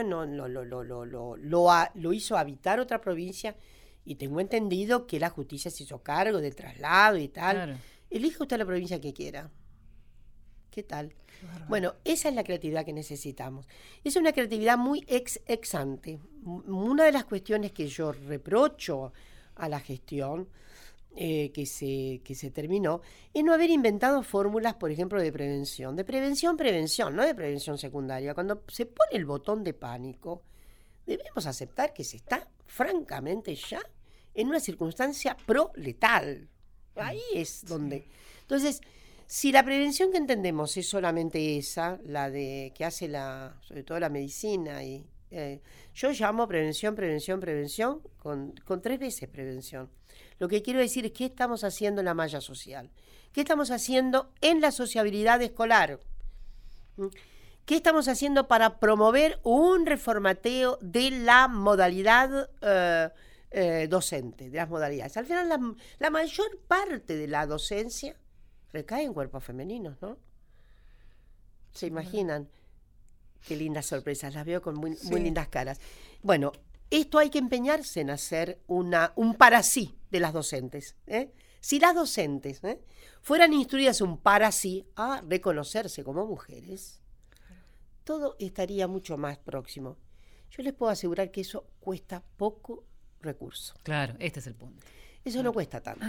lo hizo habitar otra provincia y tengo entendido que la justicia se hizo cargo del traslado y tal. Claro. Elija usted la provincia que quiera. ¿Qué tal? Bueno, esa es la creatividad que necesitamos. Es una creatividad muy ex ante. Una de las cuestiones que yo reprocho a la gestión que se terminó es no haber inventado fórmulas, por ejemplo, de prevención, no de prevención secundaria. Cuando se pone el botón de pánico, debemos aceptar que se está francamente ya en una circunstancia pro-letal. Ahí es donde. Entonces, si la prevención que entendemos es solamente esa, la de que hace sobre todo la medicina, y yo llamo prevención con 3 veces prevención. Lo que quiero decir es qué estamos haciendo en la malla social, qué estamos haciendo en la sociabilidad escolar, qué estamos haciendo para promover un reformateo de la modalidad docente, de las modalidades. Al final la mayor parte de la docencia recae en cuerpos femeninos, ¿no? ¿Se imaginan? Qué lindas sorpresas, las veo con muy lindas caras. Bueno, esto hay que empeñarse en hacer un para sí de las docentes. Si las docentes fueran instruidas un para sí a reconocerse como mujeres, todo estaría mucho más próximo. Yo les puedo asegurar que eso cuesta poco recurso. Claro, este es el punto. Eso no cuesta tanto.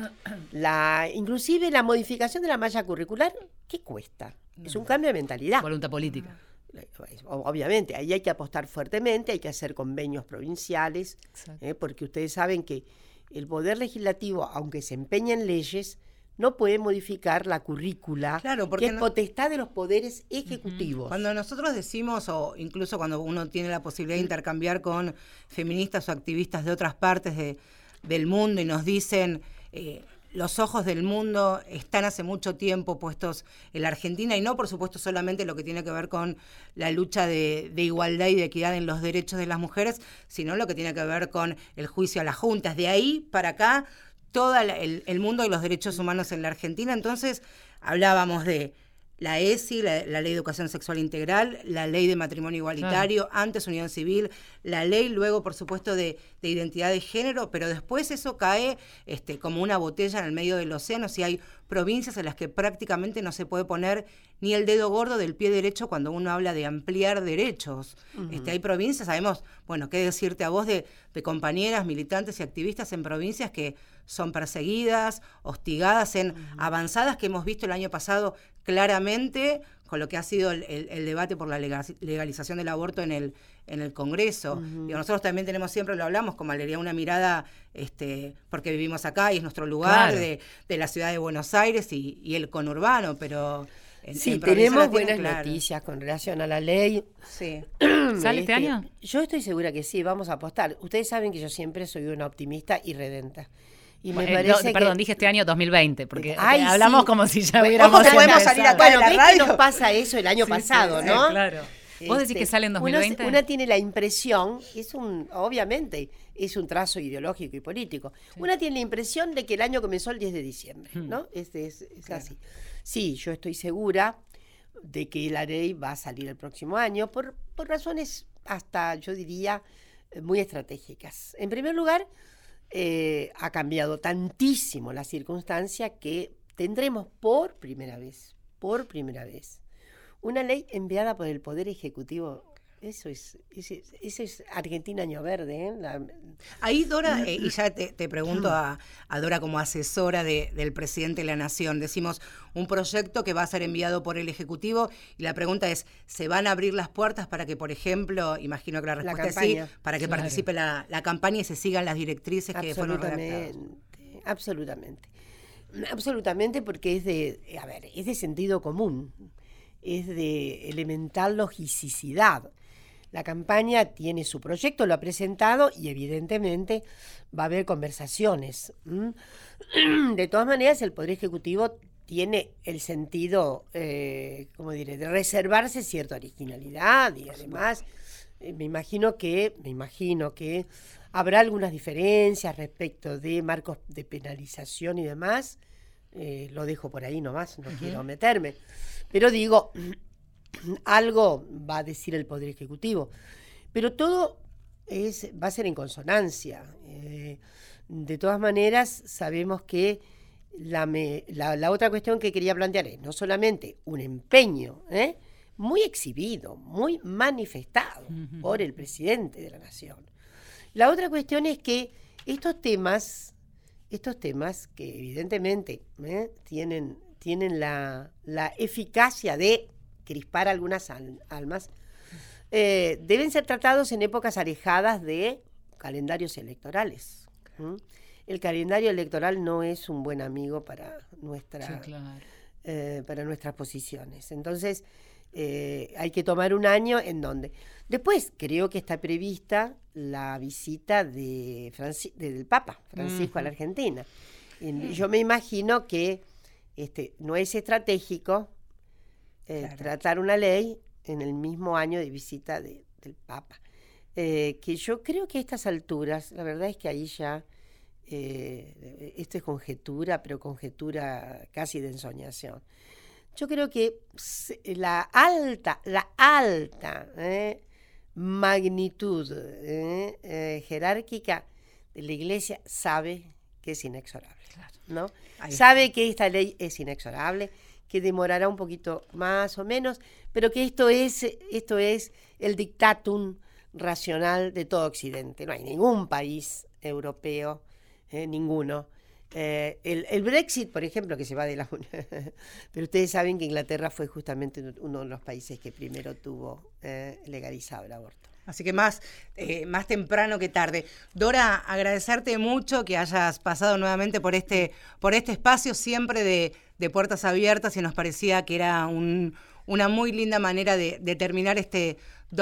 Inclusive la modificación de la malla curricular, ¿qué cuesta? Es un cambio de mentalidad. Voluntad política. Obviamente, ahí hay que apostar fuertemente, hay que hacer convenios provinciales, porque ustedes saben que el Poder Legislativo, aunque se empeña en leyes, no puede modificar la currícula, claro, porque que es potestad de los poderes ejecutivos. Cuando nosotros decimos, o incluso cuando uno tiene la posibilidad de intercambiar con feministas o activistas de otras partes del mundo y nos dicen... los ojos del mundo están hace mucho tiempo puestos en la Argentina y no, por supuesto, solamente lo que tiene que ver con la lucha de igualdad y de equidad en los derechos de las mujeres, sino lo que tiene que ver con el juicio a las juntas. De ahí para acá, todo el mundo de los derechos humanos en la Argentina. Entonces, hablábamos de la ESI, la Ley de Educación Sexual Integral, la Ley de Matrimonio Igualitario, antes Unión Civil, la ley luego, por supuesto, de identidad de género, pero después eso cae como una botella en el medio del océano. Si hay provincias en las que prácticamente no se puede poner ni el dedo gordo del pie derecho cuando uno habla de ampliar derechos. Hay provincias, sabemos, bueno, qué decirte a vos de compañeras, militantes y activistas en provincias que son perseguidas, hostigadas, en avanzadas que hemos visto el año pasado claramente con lo que ha sido el debate por la legalización del aborto en el Congreso. Digo, nosotros también tenemos, siempre lo hablamos, con Valeria, una mirada, porque vivimos acá y es nuestro lugar, claro, de la ciudad de Buenos Aires y el conurbano, pero... Sí, tenemos buenas noticias con relación a la ley. Sí. ¿Sale este año? Yo estoy segura que sí, vamos a apostar. Ustedes saben que yo siempre soy una optimista y redenta. Y me parece perdón, dije este año 2020, porque Ay, hablamos sí, como si ya bueno, hubiéramos... ojo que podemos salir acá Bueno, de la ¿ves radio? que nos pasa eso el año pasado, no? Claro. ¿Vos decís que sale en 2020? Una tiene la impresión, obviamente, es un trazo ideológico y político. Sí. Una tiene la impresión de que el año comenzó el 10 de diciembre, ¿no? Es claro, así. Sí, yo estoy segura de que la ley va a salir el próximo año por razones hasta, yo diría, muy estratégicas. En primer lugar, ha cambiado tantísimo la circunstancia que tendremos por primera vez, una ley enviada por el Poder Ejecutivo. Eso es Argentina Año Verde. Ahí, Dora, y ya te pregunto a Dora como asesora del presidente de la Nación, decimos un proyecto que va a ser enviado por el Ejecutivo y la pregunta es, ¿se van a abrir las puertas para que, por ejemplo, imagino que la respuesta es sí, para que participe la campaña y se sigan las directrices que fueron redactadas? Absolutamente, porque es de sentido común, es de elemental logicidad. La campaña tiene su proyecto, lo ha presentado y evidentemente va a haber conversaciones. De todas maneras, el Poder Ejecutivo tiene el sentido, de reservarse cierta originalidad y además me imagino que habrá algunas diferencias respecto de marcos de penalización y demás. Lo dejo por ahí nomás, no quiero meterme. Pero digo... algo va a decir el Poder Ejecutivo, pero todo va a ser en consonancia. De todas maneras, sabemos que la otra cuestión que quería plantear es no solamente un empeño muy exhibido, muy manifestado por el presidente de la Nación. La otra cuestión es que estos temas que evidentemente tienen la eficacia de crispar algunas almas, deben ser tratados en épocas alejadas de calendarios electorales. El calendario electoral no es un buen amigo para nuestras posiciones. Entonces, hay que tomar un año en donde... Después, creo que está prevista la visita del Papa Francisco a la Argentina. Yo me imagino que no es estratégico tratar una ley en el mismo año de visita del Papa. Que yo creo que a estas alturas, la verdad es que ahí ya, esto es conjetura, pero conjetura casi de ensoñación. Yo creo que la alta magnitud jerárquica de la Iglesia sabe que es inexorable, ¿no? Sabe que esta ley es inexorable, que demorará un poquito más o menos, pero que esto es el dictatum racional de todo Occidente. No hay ningún país europeo, ninguno, El Brexit, por ejemplo, que se va de la Unión. Pero ustedes saben que Inglaterra fue justamente uno de los países que primero tuvo legalizado el aborto. Así que más temprano que tarde. Dora, agradecerte mucho que hayas pasado nuevamente por este espacio, siempre de puertas abiertas, y nos parecía que era una muy linda manera de terminar este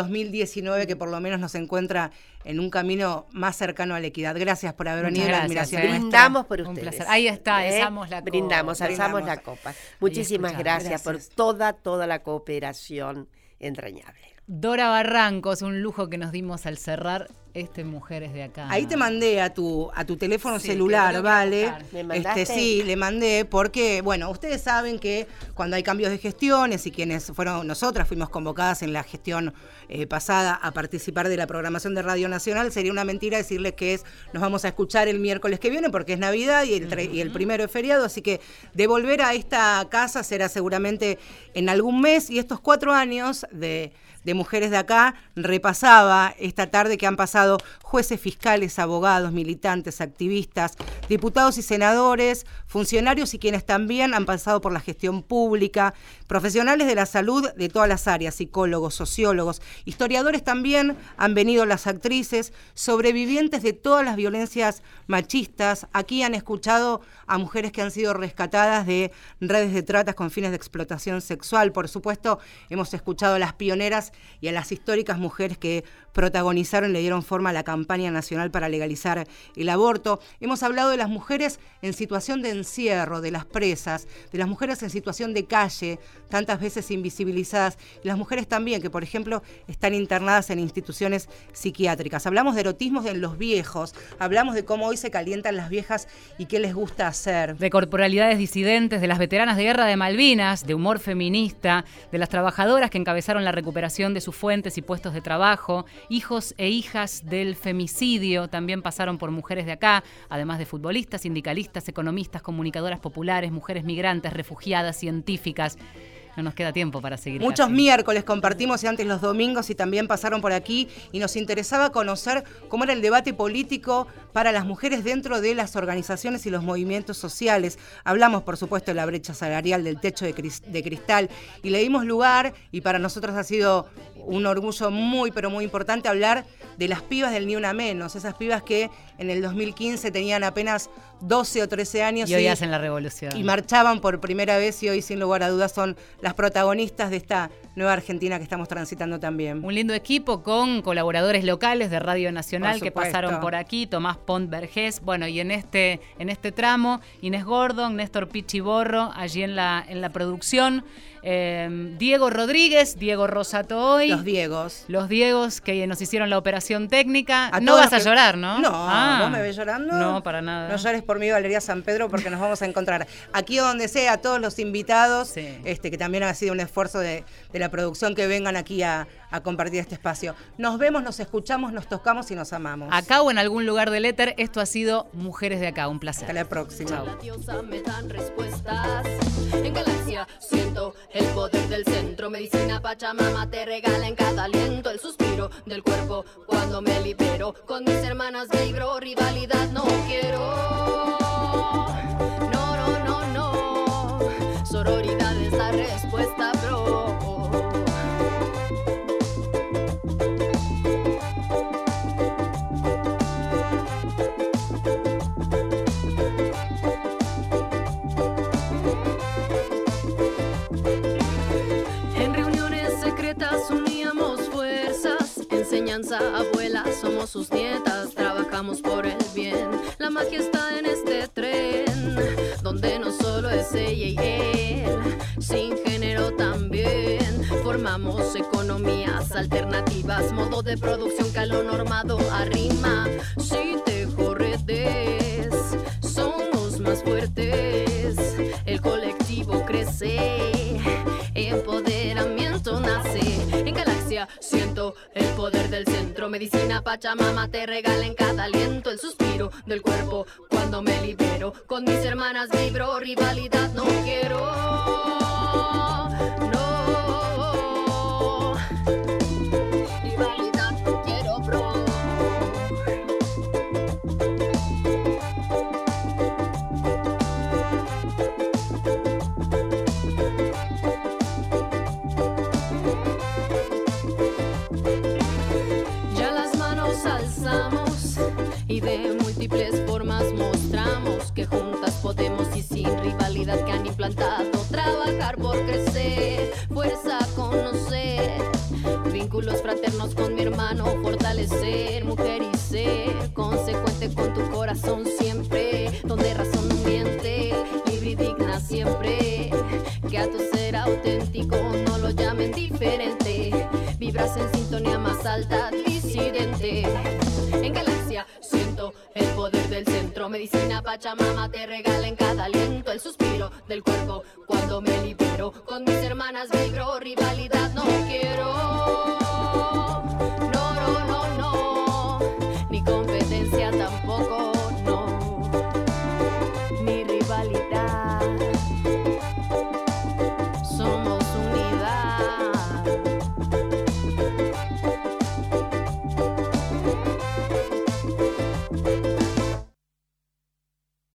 2019, que por lo menos nos encuentra en un camino más cercano a la equidad. Gracias por haber venido. Gracias, admiración nuestra. Brindamos por Un ustedes. placer. Ahí está, alzamos la copa. Alzamos la copa. Muchísimas gracias por Gracias. toda la cooperación entrañable. Dora Barrancos, un lujo que nos dimos al cerrar Mujeres de Acá. Ahí te mandé a tu teléfono Sí, celular, que lo tengo que ¿vale? buscar. ¿Me mandaste? Sí, le mandé porque, bueno, ustedes saben que cuando hay cambios de gestiones, y nosotras fuimos convocadas en la gestión pasada a participar de la programación de Radio Nacional, sería una mentira decirles que nos vamos a escuchar el miércoles que viene porque es Navidad y el primero es feriado, así que de volver a esta casa será seguramente en algún mes, y estos 4 años de Mujeres de Acá repasaba esta tarde que han pasado jueces, fiscales, abogados, militantes, activistas, diputados y senadores, funcionarios y quienes también han pasado por la gestión pública, profesionales de la salud de todas las áreas, psicólogos, sociólogos, historiadores también, han venido las actrices, sobrevivientes de todas las violencias machistas. Aquí han escuchado a mujeres que han sido rescatadas de redes de tratas con fines de explotación sexual. Por supuesto, hemos escuchado a las pioneras y a las históricas mujeres que protagonizaron y le dieron forma a la campaña nacional para legalizar el aborto. Hemos hablado de las mujeres en situación de encierro, de las presas, de las mujeres en situación de calle, tantas veces invisibilizadas, y las mujeres también que, por ejemplo, están internadas en instituciones psiquiátricas. Hablamos de erotismos en los viejos, hablamos de cómo hoy se calientan las viejas y qué les gusta hacer. De corporalidades disidentes, de las veteranas de guerra de Malvinas, de humor feminista, de las trabajadoras que encabezaron la recuperación de sus fuentes y puestos de trabajo, hijos e hijas del femicidio también pasaron por Mujeres de Acá, además de futbolistas, sindicalistas, economistas, comunicadoras populares, mujeres migrantes, refugiadas, científicas. No nos queda tiempo para seguir. Muchos casi. miércoles compartimos y antes los domingos, y también pasaron por aquí, y nos interesaba conocer cómo era el debate político para las mujeres dentro de las organizaciones y los movimientos sociales. Hablamos, por supuesto, de la brecha salarial, del techo de cristal, y le dimos lugar, y para nosotros ha sido un orgullo muy, pero muy importante hablar de las pibas del Ni Una Menos, esas pibas que en el 2015 tenían apenas 12 o 13 años Y hoy hacen la revolución. y marchaban por primera vez, y hoy sin lugar a dudas son las protagonistas de esta nueva Argentina que estamos transitando también. Un lindo equipo con colaboradores locales de Radio Nacional Por que supuesto. pasaron por aquí, Tomás Pont Vergés, bueno, y en este tramo, Inés Gordon, Néstor Pichiborro, allí en la producción, Diego Rodríguez, Diego Rosato hoy. Los Diegos que nos hicieron la operación técnica. A No todos vas a los que- llorar, ¿no? No, Ah. ¿vos me ves llorando? No, para nada. No llores por mí, Valeria San Pedro, porque nos vamos a encontrar aquí o donde sea, a todos los invitados, Sí. que también ha sido un esfuerzo de la producción, que vengan aquí a compartir este espacio. Nos vemos, nos escuchamos, nos tocamos y nos amamos. Acá o en algún lugar del éter, esto ha sido Mujeres de Acá. Un placer. Hasta la próxima. Chao. La diosa me dan respuestas. En galaxia siento el poder del centro. Medicina Pachamama te regala en cada aliento el suspiro del cuerpo cuando me libero. Con mis hermanas vibro, rivalidad no quiero. No, no, no, no. Sororidad es la respuesta, bro. En reuniones secretas uníamos fuerzas. Enseñanza, abuela, somos sus nietas. Trabajamos por el bien. La magia está en este tren, donde no solo es ella y él, sin género también. Formamos economías alternativas, modo de producción que a lo normado arrima. Si te corretes, somos más fuertes. El colectivo crece, empoderamiento nace. En galaxia siento el poder del centro. Medicina Pachamama te regala en cada aliento el suspiro del cuerpo cuando me libero. Con mis hermanas vibro, rivalidad no quiero. No, rivalidad no quiero, bro. y de múltiples formas mostramos que juntas podemos y sin rivalidad que han implantado trabajar por crecer, fuerza a conocer, vínculos fraternos con mi hermano, fortalecer, mujer y ser consecuente con tu corazón siempre, donde razón no miente, libre y digna siempre, que a tu ser auténtico no lo llamen diferente, vibras en sintonía más alta, disidente. En galaxia siento el poder del centro, medicina Pachamama te regala en cada aliento el suspiro del cuerpo